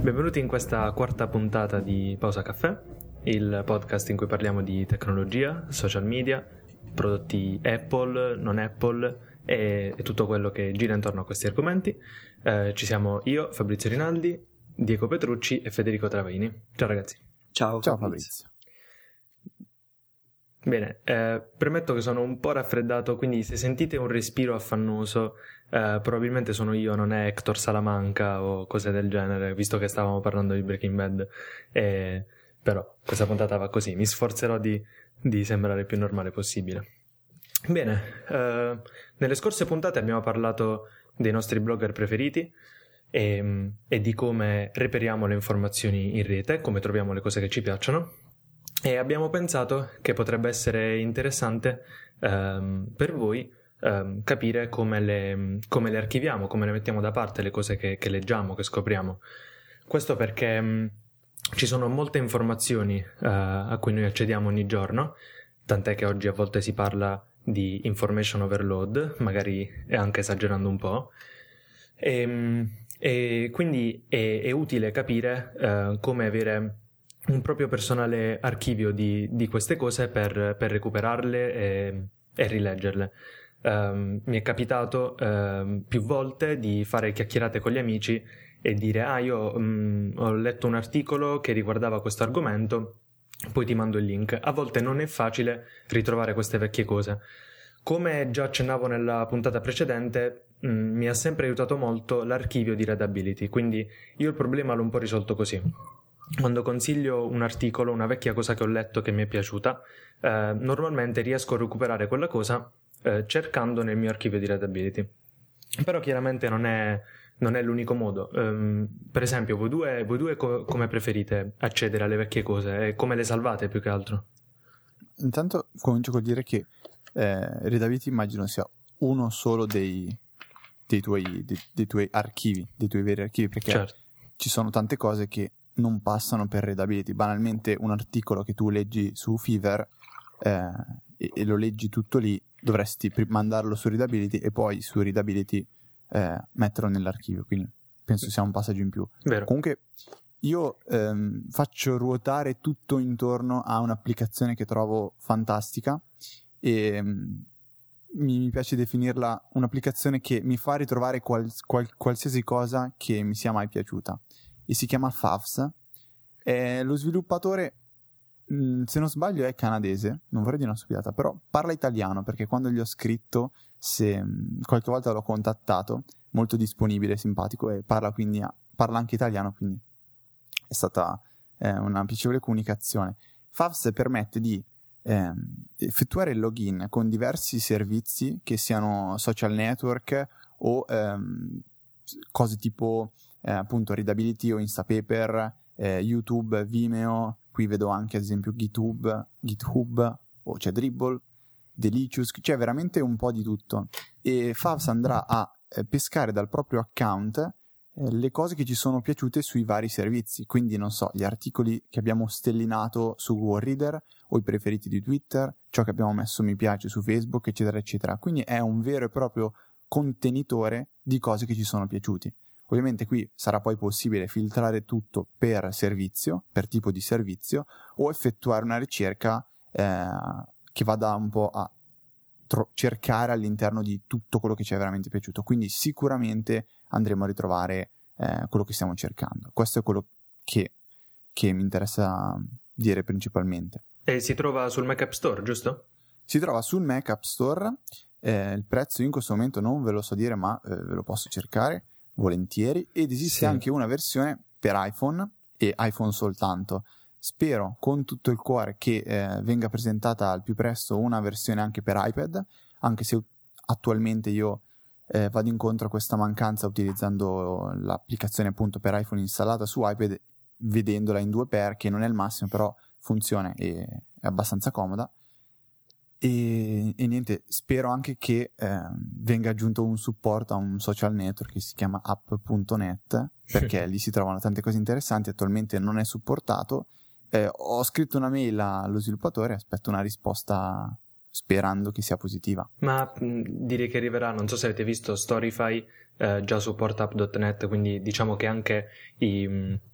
Benvenuti in questa quarta puntata di Pausa Caffè, il podcast in cui parliamo di tecnologia, social media, prodotti Apple, non Apple e tutto quello che gira intorno a questi argomenti. Ci siamo io, Fabrizio Rinaldi, Diego Petrucci e Federico Travaini. Ciao ragazzi. Ciao Fabrizio. Bene, premetto che sono un po' raffreddato, quindi se sentite un respiro affannoso probabilmente sono io, non è Hector Salamanca o cose del genere, visto che stavamo parlando di Breaking Bad. Però questa puntata va così, mi sforzerò di sembrare più normale possibile. Bene, nelle scorse puntate abbiamo parlato dei nostri blogger preferiti e di come reperiamo le informazioni in rete, come troviamo le cose che ci piacciono. E abbiamo pensato che potrebbe essere interessante per voi capire come le archiviamo, come le mettiamo da parte le cose che leggiamo, che scopriamo. Questo perché ci sono molte informazioni a cui noi accediamo ogni giorno, tant'è che oggi a volte si parla di information overload, magari anche esagerando un po', e quindi è utile capire come avere un proprio personale archivio di queste cose per recuperarle e rileggerle. Mi è capitato più volte di fare chiacchierate con gli amici e dire io ho letto un articolo che riguardava questo argomento, poi ti mando il link. A volte non è facile ritrovare queste vecchie cose. Come già accennavo nella puntata precedente, mi ha sempre aiutato molto l'archivio di Readability, quindi io il problema l'ho un po' risolto così. Quando consiglio un articolo, una vecchia cosa che ho letto che mi è piaciuta, normalmente riesco a recuperare quella cosa cercando nel mio archivio di Readability. Però chiaramente non è l'unico modo. Per esempio, voi due come preferite accedere alle vecchie cose e come le salvate più che altro? Intanto comincio col dire che Readability immagino sia uno solo dei tuoi archivi, dei tuoi veri archivi, perché certo, ci sono tante cose che non passano per Readability. Banalmente un articolo che tu leggi su Fiverr e lo leggi tutto lì, dovresti mandarlo su Readability e poi su Readability metterlo nell'archivio, quindi penso sia un passaggio in più. Vero. Comunque io faccio ruotare tutto intorno a un'applicazione che trovo fantastica e mi piace definirla un'applicazione che mi fa ritrovare qualsiasi cosa che mi sia mai piaciuta, e si chiama Favs. Lo sviluppatore, se non sbaglio, è canadese, non vorrei dire una stupidata, però parla italiano, perché quando gli ho scritto, se qualche volta l'ho contattato, molto disponibile, simpatico, e parla anche italiano, quindi è stata una piacevole comunicazione. Favs permette di effettuare il login con diversi servizi, che siano social network o cose tipo appunto Readability o Instapaper, YouTube, Vimeo. Qui vedo anche ad esempio GitHub o c'è Dribbble, Delicious, c'è veramente un po' di tutto, e Favs andrà a pescare dal proprio account le cose che ci sono piaciute sui vari servizi, quindi non so, gli articoli che abbiamo stellinato su Google Reader o i preferiti di Twitter, ciò che abbiamo messo mi piace su Facebook, eccetera eccetera. Quindi è un vero e proprio contenitore di cose che ci sono piaciuti. Ovviamente qui sarà poi possibile filtrare tutto per servizio, per tipo di servizio, o effettuare una ricerca che vada un po' a cercare all'interno di tutto quello che ci è veramente piaciuto. Quindi sicuramente andremo a ritrovare quello che stiamo cercando. Questo è quello che mi interessa dire principalmente. E si trova sul Mac App Store, giusto? Si trova sul Mac App Store. Il prezzo in questo momento non ve lo so dire, ma ve lo posso cercare volentieri, ed esiste anche una versione per iPhone e iPhone soltanto. Spero con tutto il cuore che venga presentata al più presto una versione anche per iPad, anche se attualmente io vado incontro a questa mancanza utilizzando l'applicazione appunto per iPhone installata su iPad, vedendola in 2x, che non è il massimo, però funziona e è abbastanza comoda. E niente, spero anche che venga aggiunto un supporto a un social network che si chiama app.net, perché lì si trovano tante cose interessanti. Attualmente non è supportato. Ho scritto una mail allo sviluppatore, aspetto una risposta sperando che sia positiva. Ma direi che arriverà. Non so se avete visto, Storify già supporta app.net, quindi diciamo che anche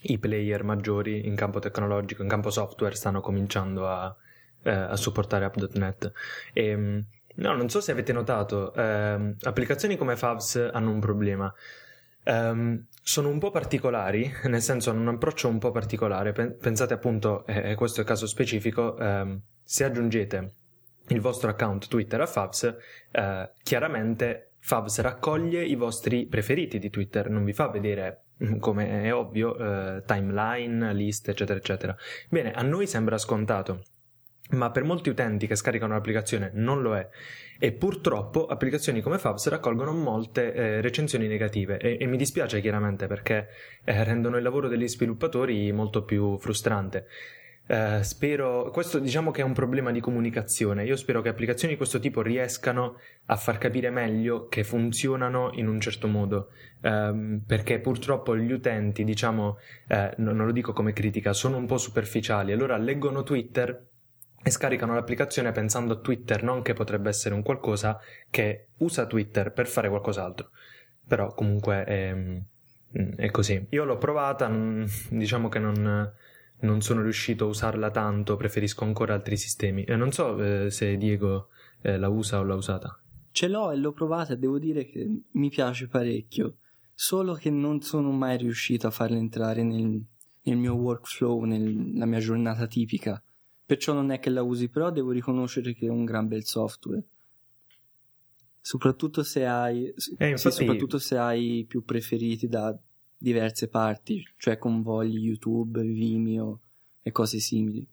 i player maggiori in campo tecnologico, in campo software, stanno cominciando a supportare app.NET. No, non so se avete notato, applicazioni come Favs hanno un problema. Sono un po' particolari, nel senso hanno un approccio un po' particolare. Pensate appunto, questo è il caso specifico, se aggiungete il vostro account Twitter a Favs, chiaramente Favs raccoglie i vostri preferiti di Twitter, non vi fa vedere, come è ovvio, timeline, liste, eccetera eccetera. Bene, a noi sembra scontato, ma per molti utenti che scaricano l'applicazione non lo è, e purtroppo applicazioni come Favs raccolgono molte recensioni negative e mi dispiace chiaramente, perché rendono il lavoro degli sviluppatori molto più frustrante. Spero, questo diciamo che è un problema di comunicazione. Io spero che applicazioni di questo tipo riescano a far capire meglio che funzionano in un certo modo, perché purtroppo gli utenti, diciamo, non lo dico come critica, sono un po' superficiali, allora leggono Twitter e scaricano l'applicazione pensando a Twitter, non che potrebbe essere un qualcosa che usa Twitter per fare qualcos'altro. Però comunque è così. Io l'ho provata, diciamo che non sono riuscito a usarla tanto, preferisco ancora altri sistemi. Non so se Diego la usa o l'ha usata. Ce l'ho e l'ho provata e devo dire che mi piace parecchio, solo che non sono mai riuscito a farla entrare nel mio workflow, nella mia giornata tipica. Perciò non è che la usi, però devo riconoscere che è un gran bel software. Soprattutto se hai soprattutto se hai più preferiti da diverse parti, cioè convogli YouTube, Vimeo e cose simili.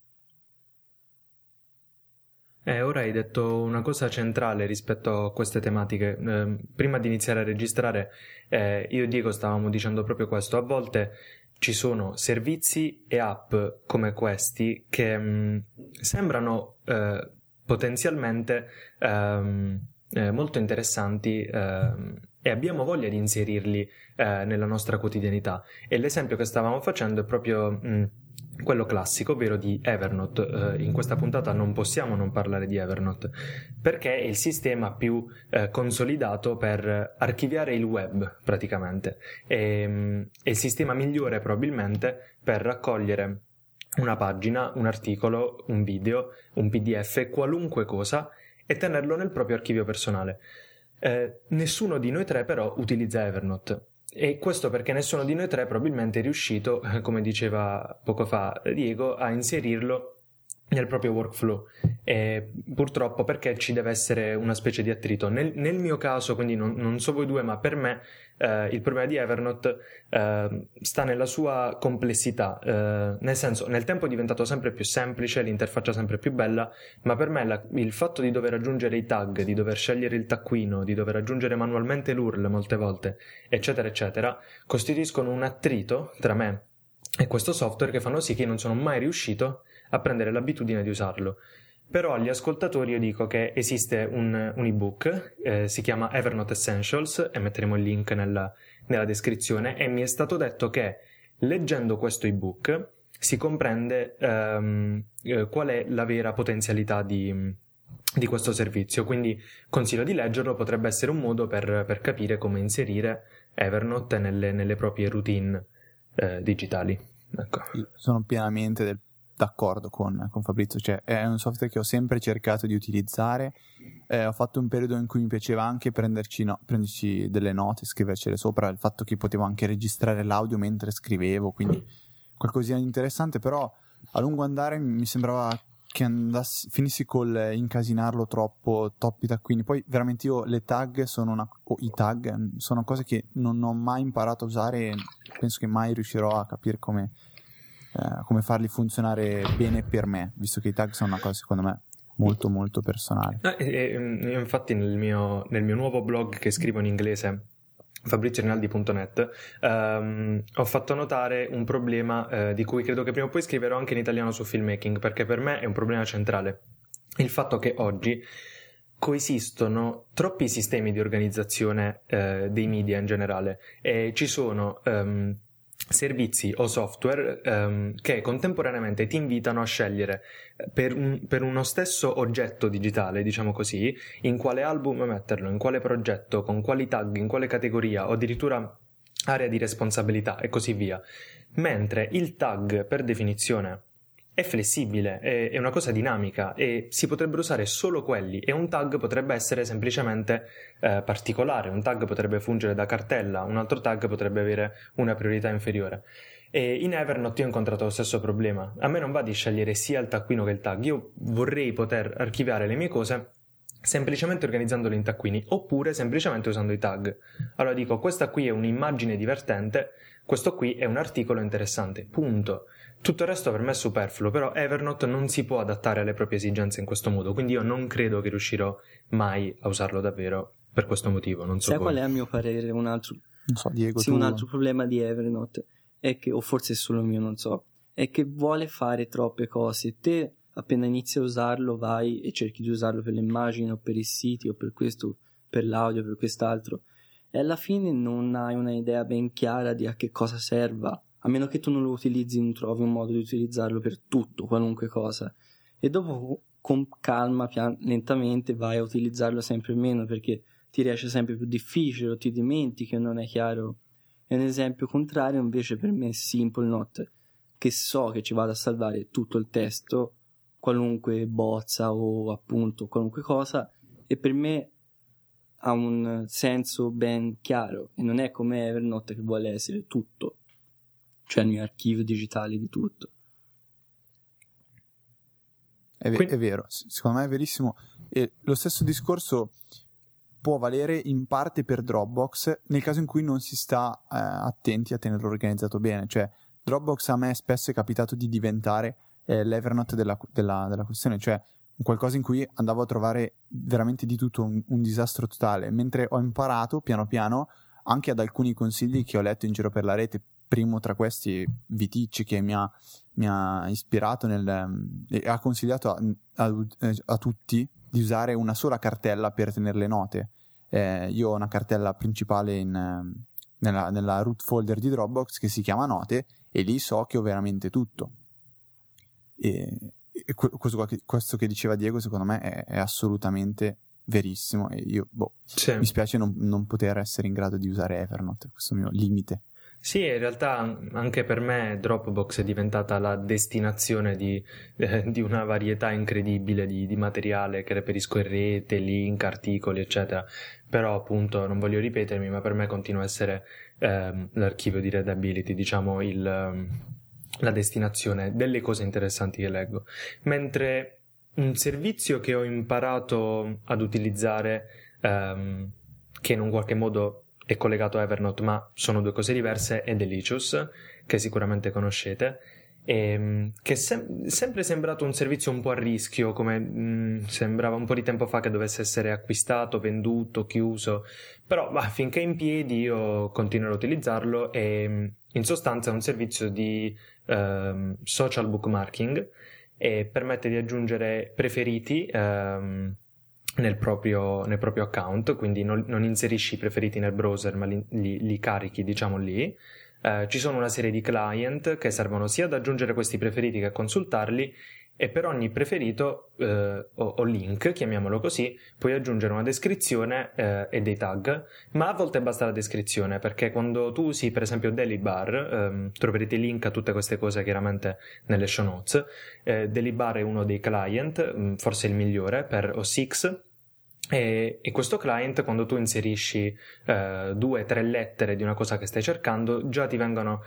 Ora hai detto una cosa centrale rispetto a queste tematiche. Prima di iniziare a registrare, io e Diego stavamo dicendo proprio questo. A volte ci sono servizi e app come questi che sembrano potenzialmente molto interessanti e abbiamo voglia di inserirli nella nostra quotidianità, e l'esempio che stavamo facendo è proprio quello classico, ovvero di Evernote. In questa puntata non possiamo non parlare di Evernote, perché è il sistema più consolidato per archiviare il web, praticamente. È il sistema migliore probabilmente per raccogliere una pagina, un articolo, un video, un PDF, qualunque cosa, e tenerlo nel proprio archivio personale. Nessuno di noi tre però utilizza Evernote. E questo perché nessuno di noi tre probabilmente è riuscito, come diceva poco fa Diego, a inserirlo nel proprio workflow, e purtroppo perché ci deve essere una specie di attrito. Nel mio caso, quindi non so voi due, ma per me il problema di Evernote sta nella sua complessità, nel senso, nel tempo è diventato sempre più semplice, l'interfaccia sempre più bella, ma per me il fatto di dover aggiungere i tag, di dover scegliere il taccuino, di dover aggiungere manualmente l'URL molte volte, eccetera eccetera, costituiscono un attrito tra me e questo software che fanno sì che io non sono mai riuscito a prendere l'abitudine di usarlo. Però agli ascoltatori io dico che esiste un ebook, si chiama Evernote Essentials, e metteremo il link nella descrizione, e mi è stato detto che leggendo questo ebook si comprende qual è la vera potenzialità di questo servizio, quindi consiglio di leggerlo, potrebbe essere un modo per capire come inserire Evernote nelle proprie routine digitali. Ecco. Sono pienamente d'accordo con Fabrizio, cioè è un software che ho sempre cercato di utilizzare. Ho fatto un periodo in cui mi piaceva anche prenderci delle note, scrivercele sopra, il fatto che potevo anche registrare l'audio mentre scrivevo, quindi qualcosina di interessante, però a lungo andare mi sembrava che finissi col incasinarlo troppi taccuini. Poi veramente io le tag i tag sono cose che non ho mai imparato a usare, e penso che mai riuscirò a capire come farli funzionare bene per me, visto che i tag sono una cosa secondo me molto molto personale. Io infatti nel mio nuovo blog che scrivo in inglese, fabriziorinaldi.net, ho fatto notare un problema di cui credo che prima o poi scriverò anche in italiano su Filmmaking, perché per me è un problema centrale: il fatto che oggi coesistono troppi sistemi di organizzazione dei media in generale, e ci sono servizi o software che contemporaneamente ti invitano a scegliere per uno stesso oggetto digitale, diciamo così, in quale album metterlo, in quale progetto, con quali tag, in quale categoria, o addirittura area di responsabilità e così via. Mentre il tag, per definizione, è flessibile, è una cosa dinamica e si potrebbero usare solo quelli, e un tag potrebbe essere semplicemente particolare, un tag potrebbe fungere da cartella, un altro tag potrebbe avere una priorità inferiore. E in Evernote io ho incontrato lo stesso problema. A me non va di scegliere sia il taccuino che il tag, io vorrei poter archiviare le mie cose semplicemente organizzandole in taccuini, oppure semplicemente usando i tag. Allora dico, questa qui è un'immagine divertente, questo qui è un articolo interessante, punto. Tutto il resto per me è superfluo, però Evernote non si può adattare alle proprie esigenze in questo modo, quindi io non credo che riuscirò mai a usarlo davvero per questo motivo. Non so sai voi. qual è a mio parere un altro, Non so, Diego, sì, tu... un altro problema di Evernote è che, o forse è solo mio, non so, è che vuole fare troppe cose. Te appena inizi a usarlo vai e cerchi di usarlo per le immagini o per i siti o per questo, per l'audio, per quest'altro, e alla fine non hai una idea ben chiara di a che cosa serva, a meno che tu non lo utilizzi, non trovi un modo di utilizzarlo per tutto, qualunque cosa, e dopo con calma, lentamente vai a utilizzarlo sempre meno, perché ti riesce sempre più difficile o ti dimentichi o non è chiaro. E un esempio contrario invece per me è Simple Note, che so che ci vado a salvare tutto il testo, qualunque bozza o appunto qualunque cosa, e per me ha un senso ben chiaro e non è come Evernote che vuole essere tutto, cioè il mio archivio digitale di tutto. È vero, secondo me è verissimo, e lo stesso discorso può valere in parte per Dropbox nel caso in cui non si sta attenti a tenerlo organizzato bene. Cioè Dropbox a me spesso è capitato di diventare l'Evernote della questione, cioè qualcosa in cui andavo a trovare veramente di tutto, un disastro totale, mentre ho imparato piano piano anche ad alcuni consigli che ho letto in giro per la rete. Primo tra questi Viticci, che mi ha ispirato e ha consigliato a tutti di usare una sola cartella per tenere le note. Io ho una cartella principale nella root folder di Dropbox che si chiama Note, e lì so che ho veramente tutto. E questo che diceva Diego secondo me è assolutamente verissimo, e io sì. Mi spiace non poter essere in grado di usare Evernote, questo è il mio limite. Sì, in realtà anche per me Dropbox è diventata la destinazione di una varietà incredibile di materiale che reperisco in rete, link, articoli, eccetera. Però appunto non voglio ripetermi, ma per me continua a essere l'archivio di Readability, diciamo la destinazione delle cose interessanti che leggo. Mentre un servizio che ho imparato ad utilizzare, che in un qualche modo è collegato a Evernote ma sono due cose diverse, è Delicious, che sicuramente conoscete, che è sempre sembrato un servizio un po' a rischio, come sembrava un po' di tempo fa che dovesse essere acquistato, venduto, chiuso, però finché è in piedi io continuerò a utilizzarlo, e in sostanza è un servizio di social bookmarking e permette di aggiungere preferiti nel proprio account, quindi non inserisci i preferiti nel browser ma li carichi, diciamo, lì. Ci sono una serie di client che servono sia ad aggiungere questi preferiti che a consultarli, e per ogni preferito o link, chiamiamolo così, puoi aggiungere una descrizione e dei tag, ma a volte basta la descrizione, perché quando tu usi per esempio Delibar, troverete link a tutte queste cose chiaramente nelle show notes. Delibar è uno dei client, forse il migliore per OS X, e questo client, quando tu inserisci 2-3 lettere di una cosa che stai cercando, già ti vengono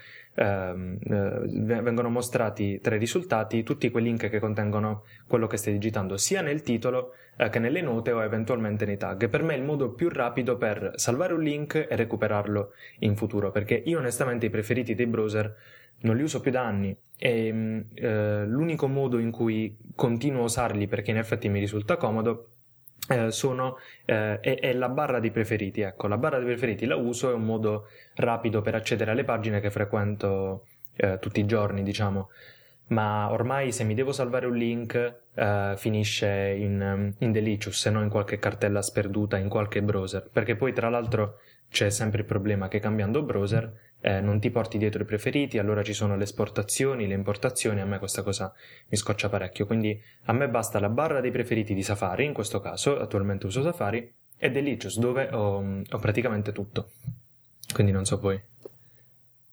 mostrati tra i risultati tutti quei link che contengono quello che stai digitando, sia nel titolo che nelle note o eventualmente nei tag. Per me è il modo più rapido per salvare un link e recuperarlo in futuro, perché io onestamente i preferiti dei browser non li uso più da anni, e l'unico modo in cui continuo a usarli, perché in effetti mi risulta comodo, è la barra dei preferiti. Ecco, la barra dei preferiti la uso, è un modo rapido per accedere alle pagine che frequento tutti i giorni, diciamo, ma ormai se mi devo salvare un link finisce in Delicious, se no in qualche cartella sperduta in qualche browser, perché poi tra l'altro c'è sempre il problema che cambiando browser non ti porti dietro i preferiti, allora ci sono le esportazioni, le importazioni, a me questa cosa mi scoccia parecchio, quindi a me basta la barra dei preferiti di Safari, in questo caso attualmente uso Safari, e Delicious, dove ho praticamente tutto, quindi non so voi.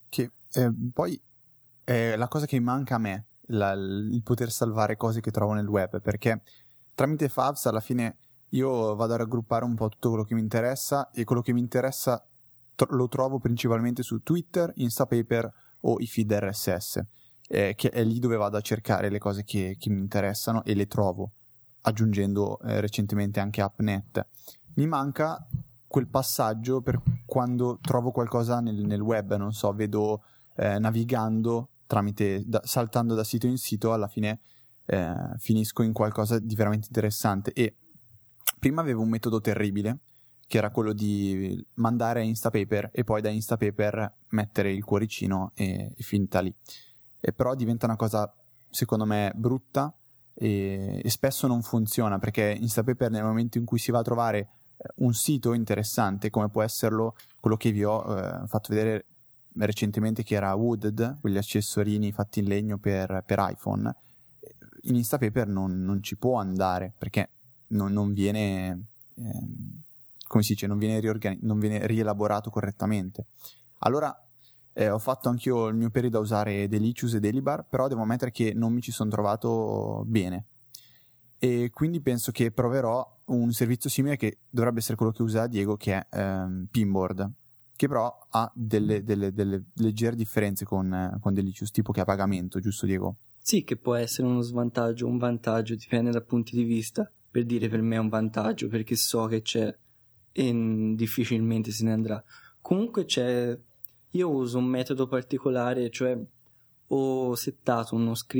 che poi è la cosa che manca a me, il poter salvare cose che trovo nel web, perché tramite Favs alla fine io vado a raggruppare un po' tutto quello che mi interessa, e quello che mi interessa lo trovo principalmente su Twitter, Instapaper o i feed RSS, che è lì dove vado a cercare le cose che mi interessano, e le trovo, aggiungendo recentemente anche AppNet. Mi manca quel passaggio per quando trovo qualcosa nel web, non so, vedo navigando saltando da sito in sito, alla fine finisco in qualcosa di veramente interessante. E prima avevo un metodo terribile, che era quello di mandare a Instapaper e poi da Instapaper mettere il cuoricino e finita lì. E però diventa una cosa, secondo me, brutta e spesso non funziona, perché Instapaper, nel momento in cui si va a trovare un sito interessante, come può esserlo quello che vi ho fatto vedere recentemente, che era Wooded, quegli accessorini fatti in legno per iPhone, in Instapaper non ci può andare, perché non viene come si dice, non viene rielaborato correttamente. Allora ho fatto anch'io il mio periodo a usare Delicious e Delibar, però devo ammettere che non mi ci sono trovato bene, e quindi penso che proverò un servizio simile, che dovrebbe essere quello che usa Diego, che è Pinboard, che però ha delle leggere differenze con Delicious, tipo che è a pagamento, giusto Diego? Sì, che può essere uno svantaggio o un vantaggio, dipende dai punti di vista. Per dire, per me è un vantaggio, perché so che c'è e difficilmente se ne andrà. Comunque io uso un metodo particolare, cioè ho settato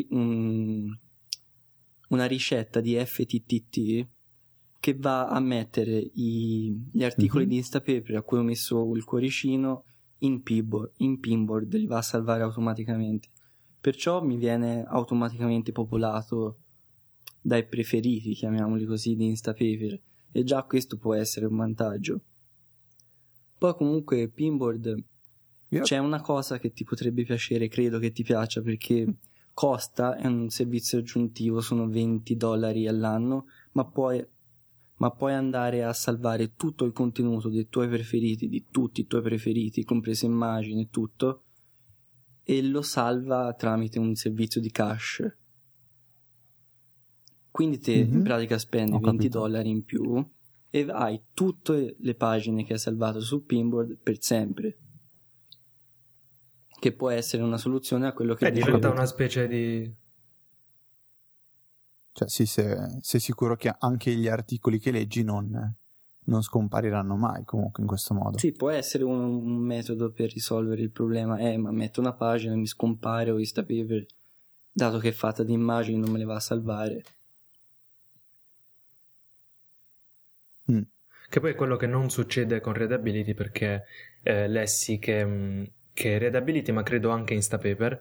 una ricetta di FTTT che va a mettere gli articoli di Instapaper a cui ho messo il cuoricino in Pinboard, li va a salvare automaticamente, perciò mi viene automaticamente popolato dai preferiti, chiamiamoli così, di Instapaper, e già questo può essere un vantaggio. Poi comunque Pinboard c'è una cosa che ti potrebbe piacere, credo che ti piaccia, perché costa, è un servizio aggiuntivo, sono $20 all'anno, ma puoi andare a salvare tutto il contenuto dei tuoi preferiti, di tutti i tuoi preferiti, comprese immagini e tutto, e lo salva tramite un servizio di cache. Quindi te in pratica spendi $20 in più e hai tutte le pagine che hai salvato su Pinboard per sempre, che può essere una soluzione a quello che diventa una specie di... Cioè sì, sei sicuro che anche gli articoli che leggi non scompariranno mai comunque in questo modo. Sì, può essere un metodo per risolvere il problema. Ma metto una pagina e mi scompare o Instapaper, dato che è fatta di immagini, non me le va a salvare. Che poi è quello che non succede con Readability, perché lessi che Readability, ma credo anche Instapaper,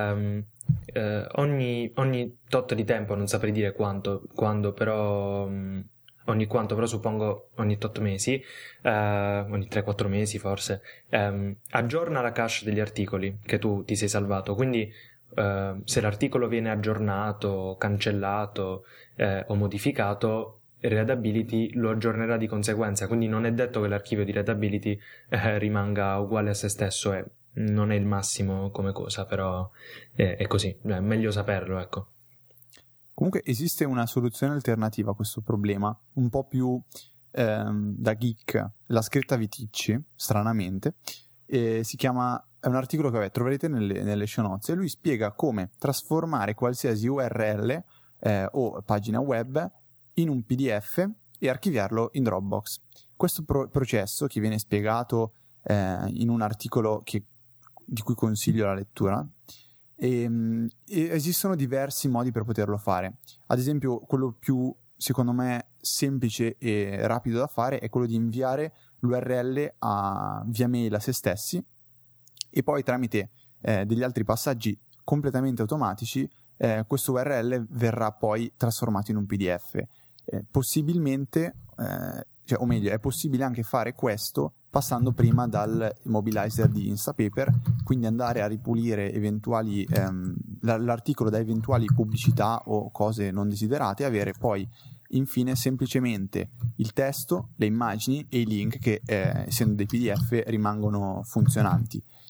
ogni tot di tempo, non saprei dire quando però ogni quanto, però suppongo ogni tot mesi, ogni 3-4 mesi forse, aggiorna la cache degli articoli che tu ti sei salvato. Quindi se l'articolo viene aggiornato, cancellato o modificato, Readability lo aggiornerà di conseguenza. Quindi non è detto che l'archivio di Readability rimanga uguale a se stesso, e non è il massimo come cosa, però è così, è meglio saperlo, ecco. Comunque esiste una soluzione alternativa a questo problema, un po' più da geek, l'ha scritta Viticci, stranamente, si chiama, è un articolo che troverete nelle show notes, e lui spiega come trasformare qualsiasi URL o pagina web in un PDF e archiviarlo in Dropbox. Questo processo, che viene spiegato in un articolo di cui consiglio la lettura, e esistono diversi modi per poterlo fare. Ad esempio, quello più, secondo me, semplice e rapido da fare è quello di inviare l'URL via mail a se stessi, e poi tramite degli altri passaggi completamente automatici questo URL verrà poi trasformato in un PDF. Possibilmente, o meglio, è possibile anche fare questo passando prima dal immobilizer di Instapaper, quindi andare a ripulire l'articolo da eventuali pubblicità o cose non desiderate, e avere poi infine semplicemente il testo, le immagini e i link che, essendo dei PDF, rimangono funzionanti.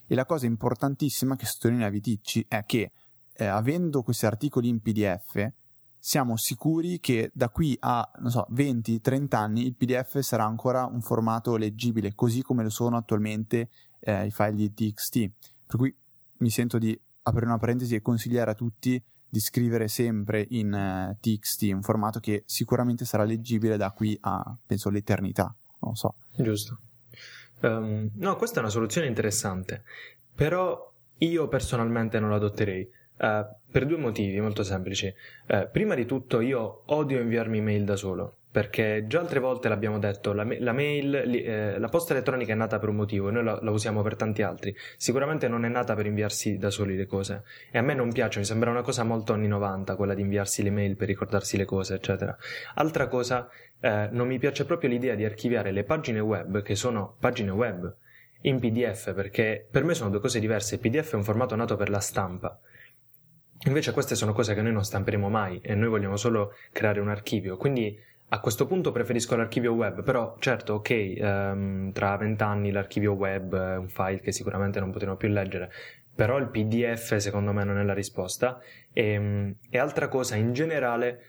E la cosa importantissima che sottolinea Viticci è che avendo questi articoli in PDF siamo sicuri che da qui a, non so, 20-30 anni il PDF sarà ancora un formato leggibile, così come lo sono attualmente i file di TXT. Per cui mi sento di aprire una parentesi e consigliare a tutti di scrivere sempre in TXT, un formato che sicuramente sarà leggibile da qui a, penso, l'eternità, non so. Giusto. No, questa è una soluzione interessante, però io personalmente non la adotterei. Per due motivi molto semplici. Prima di tutto, io odio inviarmi email da solo, perché già altre volte l'abbiamo detto, la mail, la posta elettronica è nata per un motivo, noi la usiamo per tanti altri. Sicuramente non è nata per inviarsi da soli le cose, e a me non piace, mi sembra una cosa molto anni 90 quella di inviarsi le mail per ricordarsi le cose, eccetera. Altra cosa, non mi piace proprio l'idea di archiviare le pagine web, che sono pagine web, in PDF, perché per me sono due cose diverse. Il PDF è un formato nato per la stampa. Invece queste sono cose che noi non stamperemo mai e noi vogliamo solo creare un archivio, quindi a questo punto preferisco l'archivio web. Però certo, ok, tra 20 anni l'archivio web è un file che sicuramente non potremo più leggere, però il PDF secondo me non è la risposta. E altra cosa, in generale,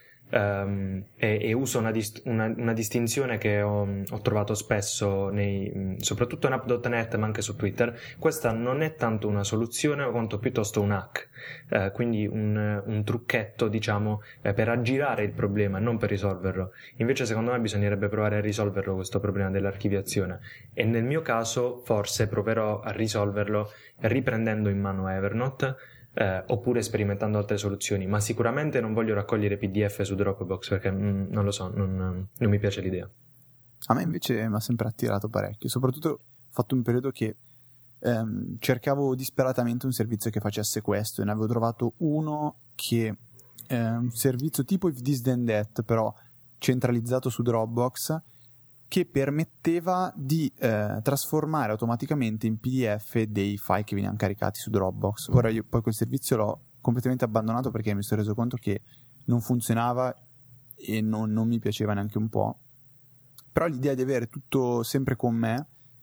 e uso una distinzione che ho trovato spesso soprattutto in app.net ma anche su Twitter. Questa non è tanto una soluzione quanto piuttosto un hack, quindi un trucchetto, diciamo, per aggirare il problema, non per risolverlo. Invece secondo me bisognerebbe provare a risolverlo, questo problema dell'archiviazione, e nel mio caso forse proverò a risolverlo riprendendo in mano Evernote, oppure sperimentando altre soluzioni, ma sicuramente non voglio raccogliere PDF su Dropbox, perché non lo so, non mi piace l'idea. A me invece mi ha sempre attirato parecchio, soprattutto ho fatto un periodo che cercavo disperatamente un servizio che facesse questo, e ne avevo trovato uno che un servizio tipo If This Then That, però centralizzato su Dropbox, che permetteva di trasformare automaticamente in PDF dei file che venivano caricati su Dropbox. Ora io poi quel servizio l'ho completamente abbandonato perché mi sono reso conto che non funzionava e non mi piaceva neanche un po'. Però l'idea di avere tutto sempre con me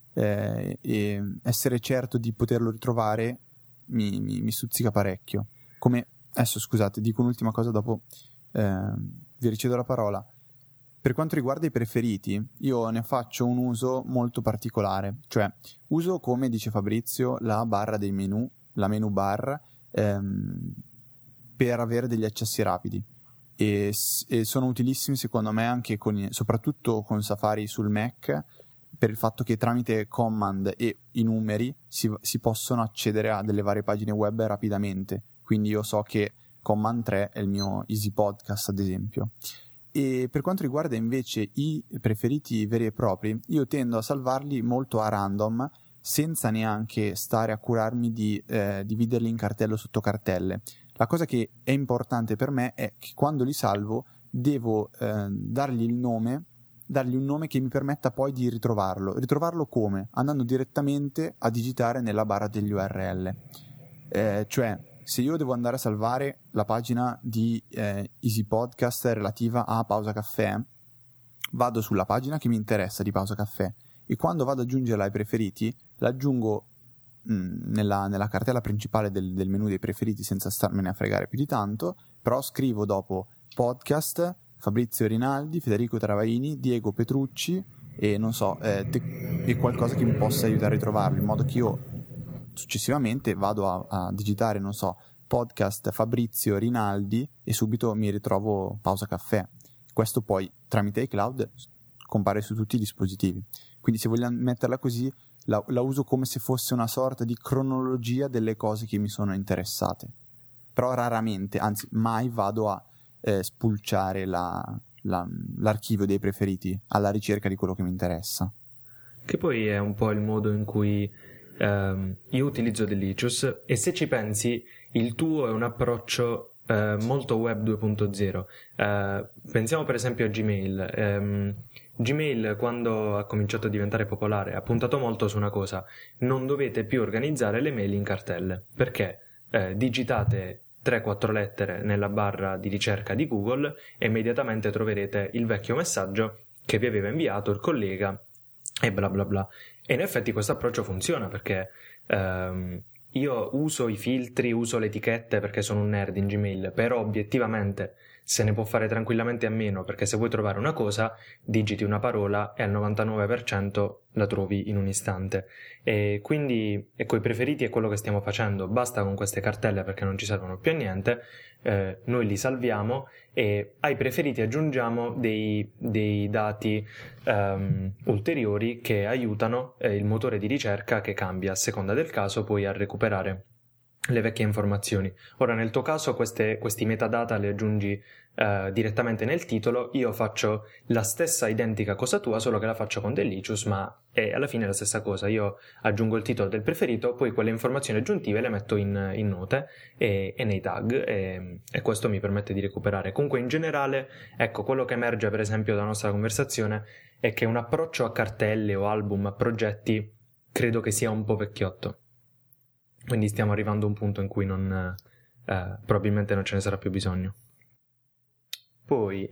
e essere certo di poterlo ritrovare mi stuzzica parecchio. Come adesso, scusate, dico un'ultima cosa, dopo vi ricevo la parola. Per quanto riguarda i preferiti, io ne faccio un uso molto particolare, cioè uso, come dice Fabrizio, la barra dei menu, la menu bar, per avere degli accessi rapidi, e sono utilissimi secondo me anche soprattutto con Safari sul Mac, per il fatto che tramite command e i numeri si possono accedere a delle varie pagine web rapidamente. Quindi io so che command 3 è il mio Easy Podcast, ad esempio. E per quanto riguarda invece i preferiti veri e propri, io tendo a salvarli molto a random, senza neanche stare a curarmi di dividerli in cartello sotto cartelle. La cosa che è importante per me è che quando li salvo devo dargli un nome che mi permetta poi di ritrovarlo. Ritrovarlo come? Andando direttamente a digitare nella barra degli URL. Cioè, se io devo andare a salvare la pagina di Easy Podcast relativa a Pausa Caffè, vado sulla pagina che mi interessa di Pausa Caffè, e quando vado ad aggiungerla ai preferiti, l'aggiungo nella cartella principale del menu dei preferiti, senza starmene a fregare più di tanto. Però scrivo dopo podcast, Fabrizio Rinaldi, Federico Travaini, Diego Petrucci, e non so, e qualcosa che mi possa aiutare a ritrovarlo, in modo che io successivamente vado a digitare, non so, podcast Fabrizio Rinaldi, e subito mi ritrovo Pausa Caffè. Questo poi tramite iCloud compare su tutti i dispositivi. Quindi se vogliamo metterla così, la uso come se fosse una sorta di cronologia delle cose che mi sono interessate. Però raramente, anzi mai, vado a spulciare l'archivio dei preferiti alla ricerca di quello che mi interessa. Che poi è un po' il modo in cui io utilizzo Delicious, e se ci pensi il tuo è un approccio molto web 2.0. Pensiamo per esempio a Gmail. Gmail, quando ha cominciato a diventare popolare, ha puntato molto su una cosa: non dovete più organizzare le mail in cartelle, perché digitate 3-4 lettere nella barra di ricerca di Google e immediatamente troverete il vecchio messaggio che vi aveva inviato il collega, e bla bla bla. E in effetti questo approccio funziona, perché io uso i filtri, uso le etichette perché sono un nerd in Gmail, però obiettivamente se ne può fare tranquillamente a meno, perché se vuoi trovare una cosa digiti una parola e al 99% la trovi in un istante. E quindi, ecco, i preferiti è quello che stiamo facendo. Basta con queste cartelle perché non ci servono più a niente, noi li salviamo e ai preferiti aggiungiamo dei dati ulteriori che aiutano il motore di ricerca, che cambia a seconda del caso poi a recuperare le vecchie informazioni. Ora, nel tuo caso questi metadata li aggiungi direttamente nel titolo. Io faccio la stessa identica cosa tua, solo che la faccio con Delicious, ma è alla fine la stessa cosa. Io aggiungo il titolo del preferito, poi quelle informazioni aggiuntive le metto in note e nei tag, e questo mi permette di recuperare. Comunque, in generale, ecco, quello che emerge per esempio dalla nostra conversazione è che un approccio a cartelle o album, a progetti, credo che sia un po' vecchiotto. Quindi stiamo arrivando a un punto in cui probabilmente non ce ne sarà più bisogno. Poi,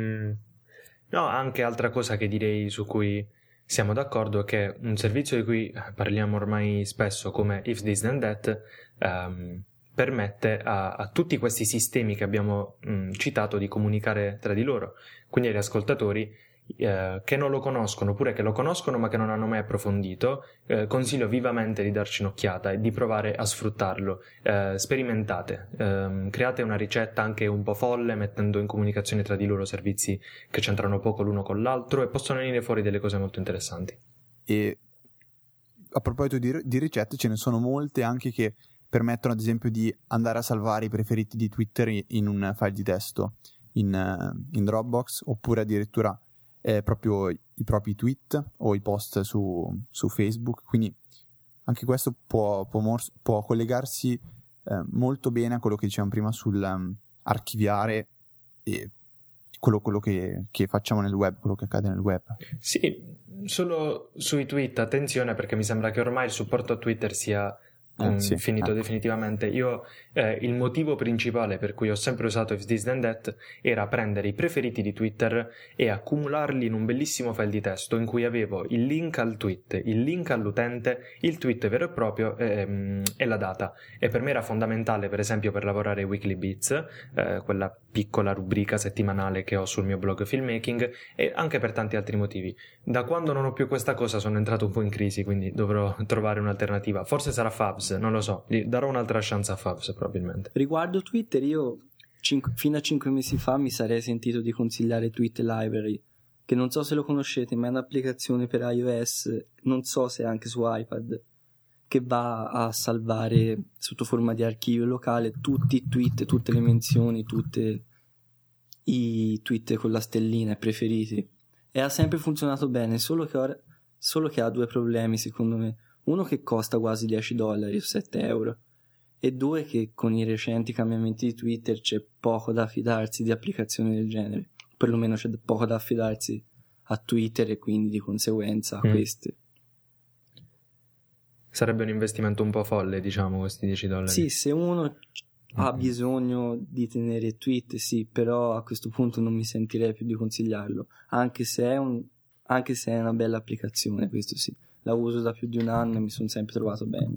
no, anche altra cosa che direi su cui siamo d'accordo è che un servizio di cui parliamo ormai spesso, come If This Then That, permette a tutti questi sistemi che abbiamo citato di comunicare tra di loro. Quindi agli ascoltatori che non lo conoscono, oppure che lo conoscono ma che non hanno mai approfondito, consiglio vivamente di darci un'occhiata e di provare a sfruttarlo. Sperimentate, create una ricetta anche un po' folle, mettendo in comunicazione tra di loro servizi che c'entrano poco l'uno con l'altro, e possono venire fuori delle cose molto interessanti. E a proposito di ricette, ce ne sono molte anche che permettono ad esempio di andare a salvare i preferiti di Twitter in un file di testo in Dropbox, oppure addirittura proprio i propri tweet o i post su Facebook. Quindi anche questo può collegarsi molto bene a quello che dicevamo prima sul archiviare e quello che facciamo nel web, quello che accade nel web. Sì, solo sui tweet attenzione, perché mi sembra che ormai il supporto a Twitter sia finito definitivamente. Io il motivo principale per cui ho sempre usato If This Then That era prendere i preferiti di Twitter e accumularli in un bellissimo file di testo in cui avevo il link al tweet, il link all'utente, il tweet vero e proprio e la data. E per me era fondamentale, per esempio, per lavorare Weekly Beats, quella piccola rubrica settimanale che ho sul mio blog Filmmaking, e anche per tanti altri motivi. Da quando non ho più questa cosa sono entrato un po' in crisi, quindi dovrò trovare un'alternativa. Forse sarà Fabs, non lo so, darò un'altra chance a Favs probabilmente. Riguardo Twitter, io fino a 5 mesi fa mi sarei sentito di consigliare Tweet Library, che non so se lo conoscete, ma è un'applicazione per iOS, non so se anche su iPad, che va a salvare sotto forma di archivio locale tutti i tweet, tutte le menzioni, tutti i tweet con la stellina preferiti, e ha sempre funzionato bene, solo che ha due problemi secondo me. Uno, che costa quasi $10 o 7 euro, e due, che con i recenti cambiamenti di Twitter c'è poco da fidarsi di applicazioni del genere, perlomeno c'è poco da affidarsi a Twitter e quindi di conseguenza a queste. Sarebbe un investimento un po' folle, diciamo, questi $10. Sì, se uno ha bisogno di tenere tweet, sì, però a questo punto non mi sentirei più di consigliarlo, anche se è una bella applicazione, questo sì. La uso da più di un anno e mi sono sempre trovato bene.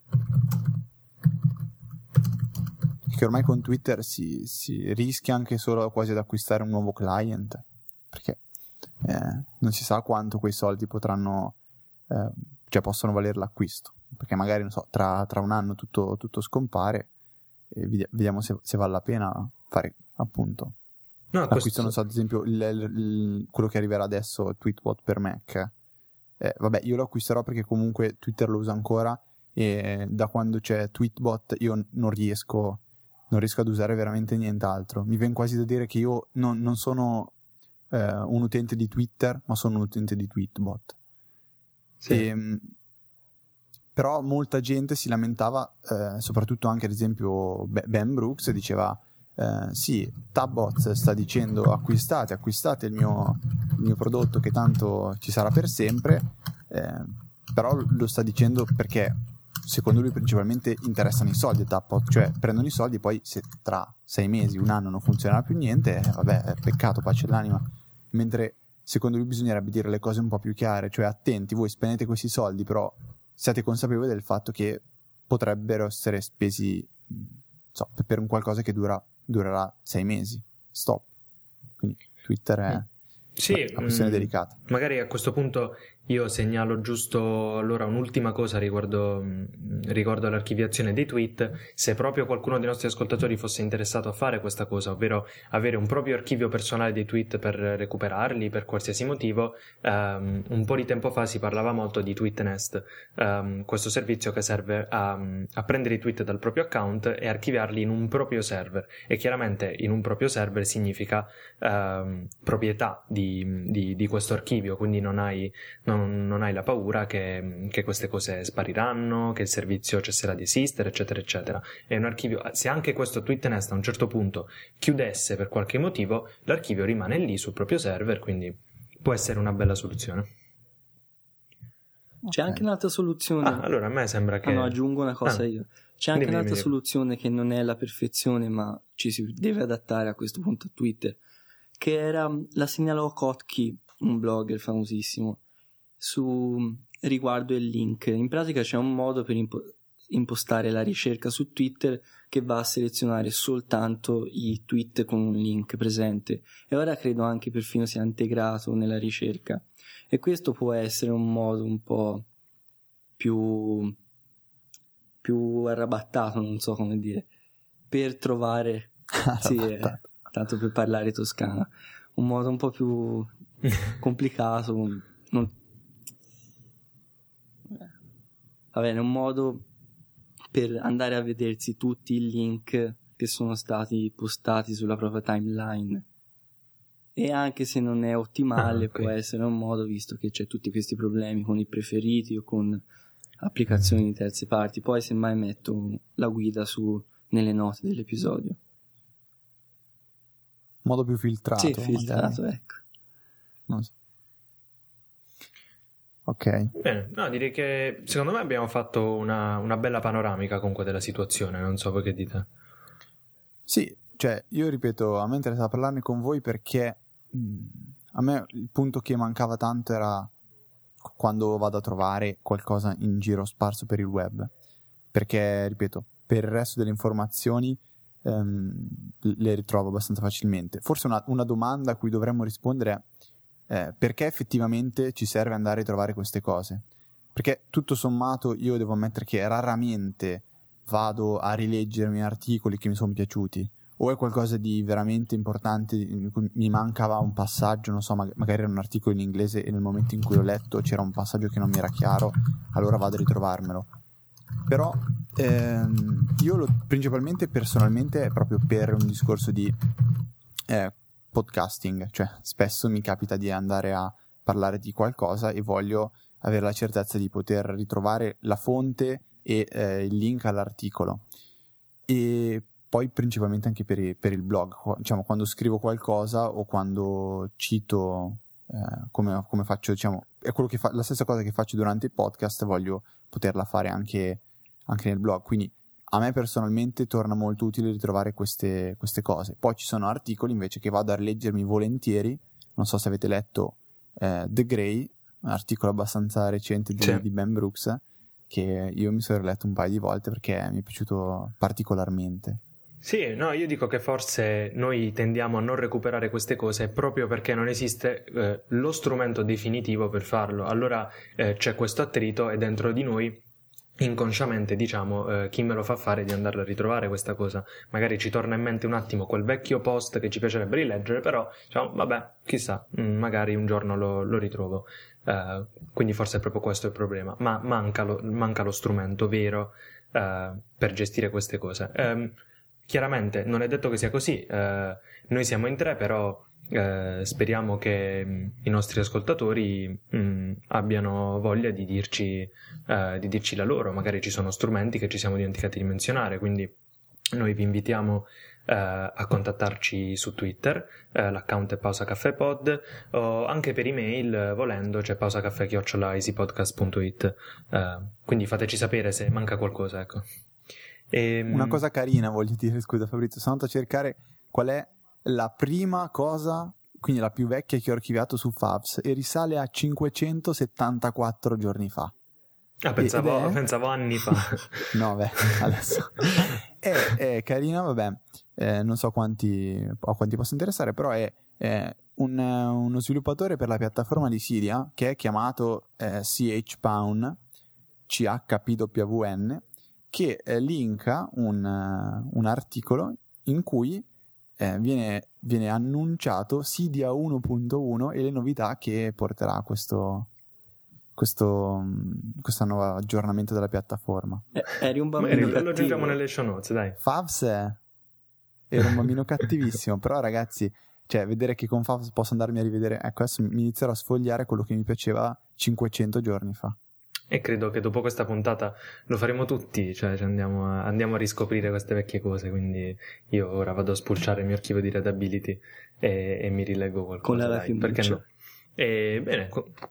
Che ormai con Twitter si rischia anche solo quasi ad acquistare un nuovo client, perché non si sa quanto quei soldi potranno possono valere l'acquisto, perché magari non so, tra un anno tutto scompare, e vediamo se vale la pena fare appunto l'acquisto. Non so, ad esempio quello che arriverà adesso, Tweetbot per Mac. Vabbè, io lo acquisterò perché comunque Twitter lo usa ancora, e da quando c'è Tweetbot io non riesco ad usare veramente nient'altro. Mi viene quasi da dire che io non sono un utente di Twitter, ma sono un utente di Tweetbot. Sì. Però molta gente si lamentava, soprattutto anche ad esempio Ben Brooks diceva sì, Tabbots sta dicendo acquistate il mio prodotto che tanto ci sarà per sempre, però lo sta dicendo perché secondo lui principalmente interessano i soldi a Tabbot, cioè prendono i soldi e poi se tra 6 mesi, un anno non funzionerà più niente, vabbè, è peccato, pace l'anima. Mentre secondo lui bisognerebbe dire le cose un po' più chiare, cioè attenti, voi spendete questi soldi, però siate consapevoli del fatto che potrebbero essere spesi per un qualcosa che durerà 6 mesi. Stop. Quindi Twitter è una questione delicata. Magari a questo punto io segnalo giusto allora un'ultima cosa riguardo l'archiviazione dei tweet. Se proprio qualcuno dei nostri ascoltatori fosse interessato a fare questa cosa, ovvero avere un proprio archivio personale dei tweet per recuperarli per qualsiasi motivo, un po' di tempo fa si parlava molto di Tweetnest, questo servizio che serve a prendere i tweet dal proprio account e archiviarli in un proprio server, e chiaramente in un proprio server significa proprietà di questo archivio, quindi non hai la paura che queste cose spariranno, che il servizio cesserà di esistere, eccetera eccetera. È un archivio, se anche questo Tweetnest a un certo punto chiudesse per qualche motivo, l'archivio rimane lì sul proprio server, quindi può essere una bella soluzione. C'è anche un'altra soluzione. Allora a me sembra che... no, aggiungo una cosa io. C'è anche un'altra soluzione che non è la perfezione, ma ci si deve adattare a questo punto a Twitter, che era, la segnalò Kottke, un blogger famosissimo, riguardo il link. In pratica c'è un modo per impostare la ricerca su Twitter che va a selezionare soltanto i tweet con un link presente, e ora credo anche perfino sia integrato nella ricerca, e questo può essere un modo un po' più arrabattato, non so come dire, per trovare tanto per parlare toscana, un modo un po' più complicato, va bene, un modo per andare a vedersi tutti i link che sono stati postati sulla propria timeline, e anche se non è ottimale può essere un modo, visto che c'è tutti questi problemi con i preferiti o con applicazioni di terze parti. Poi semmai metto la guida nelle note dell'episodio. Modo più filtrato. Sì, filtrato, magari. Ecco. Non so. Ok. Bene, no, direi che secondo me abbiamo fatto una bella panoramica comunque della situazione, non so voi che dite. Sì, cioè io ripeto, a me interessava parlarne con voi perché a me il punto che mancava tanto era quando vado a trovare qualcosa in giro sparso per il web, perché ripeto, per il resto delle informazioni le ritrovo abbastanza facilmente. Forse una domanda a cui dovremmo rispondere è perché effettivamente ci serve andare a trovare queste cose, perché tutto sommato io devo ammettere che raramente vado a rileggermi articoli che mi sono piaciuti, o è qualcosa di veramente importante in cui mi mancava un passaggio, non so, magari era un articolo in inglese e nel momento in cui l'ho letto c'era un passaggio che non mi era chiaro, allora vado a ritrovarmelo. Però io principalmente personalmente è proprio per un discorso di podcasting, cioè spesso mi capita di andare a parlare di qualcosa e voglio avere la certezza di poter ritrovare la fonte e il link all'articolo, e poi principalmente anche per il blog, diciamo, quando scrivo qualcosa o quando cito come faccio, diciamo, è quello che la stessa cosa che faccio durante il podcast, voglio poterla fare anche nel blog, quindi a me personalmente torna molto utile ritrovare queste cose. Poi ci sono articoli invece che vado a leggermi volentieri, non so se avete letto The Grey, un articolo abbastanza recente di Ben Brooks, che io mi sono riletto un paio di volte perché mi è piaciuto particolarmente. Sì, no, io dico che forse noi tendiamo a non recuperare queste cose proprio perché non esiste lo strumento definitivo per farlo. Allora c'è questo attrito e dentro di noi inconsciamente diciamo chi me lo fa fare di andarla a ritrovare questa cosa. Magari ci torna in mente un attimo quel vecchio post che ci piacerebbe rileggere, però diciamo vabbè, chissà, magari un giorno lo ritrovo. Quindi forse è proprio questo il problema, ma manca lo strumento vero per gestire queste cose. Chiaramente non è detto che sia così, noi siamo in 3, però speriamo che i nostri ascoltatori abbiano voglia di dirci la loro. Magari ci sono strumenti che ci siamo dimenticati di menzionare, quindi noi vi invitiamo a contattarci su Twitter, l'account è pausacaffèpod, o anche per email, volendo c'è pausacaffè@easypodcast.it, quindi fateci sapere se manca qualcosa, ecco. Una cosa carina voglio dire, scusa Fabrizio, sono andato a cercare qual è la prima cosa quindi la più vecchia che ho archiviato su Favs, e risale a 574 giorni fa. Pensavo anni fa. No, beh, adesso è carina, vabbè, non so a quanti possa interessare, però è uno sviluppatore per la piattaforma di Cydia che è chiamato CHPWN, CHPWN, che linka un articolo in cui viene annunciato Cydia 1.1 e le novità che porterà questo nuovo aggiornamento della piattaforma. Eri un bambino cattivo. Lo aggiungiamo nelle show notes, dai. Favs era un bambino cattivissimo, però ragazzi, cioè vedere che con Favs posso andarmi a rivedere, ecco, adesso mi inizierò a sfogliare quello che mi piaceva 500 giorni fa. E credo che dopo questa puntata lo faremo tutti, cioè andiamo a riscoprire queste vecchie cose, quindi io ora vado a spulciare il mio archivio di readability e mi rileggo qualcosa. Con la lacrimuccia. Perché no? Bene,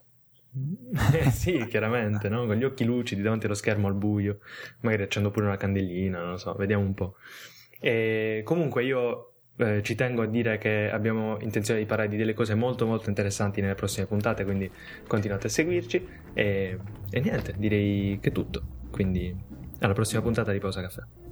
sì, chiaramente, no? Con gli occhi lucidi davanti allo schermo al buio, magari accendo pure una candelina, non lo so, vediamo un po'. Comunque io ci tengo a dire che abbiamo intenzione di parlare di delle cose molto molto interessanti nelle prossime puntate, quindi continuate a seguirci e niente, direi che è tutto, quindi alla prossima puntata di Pausa Caffè.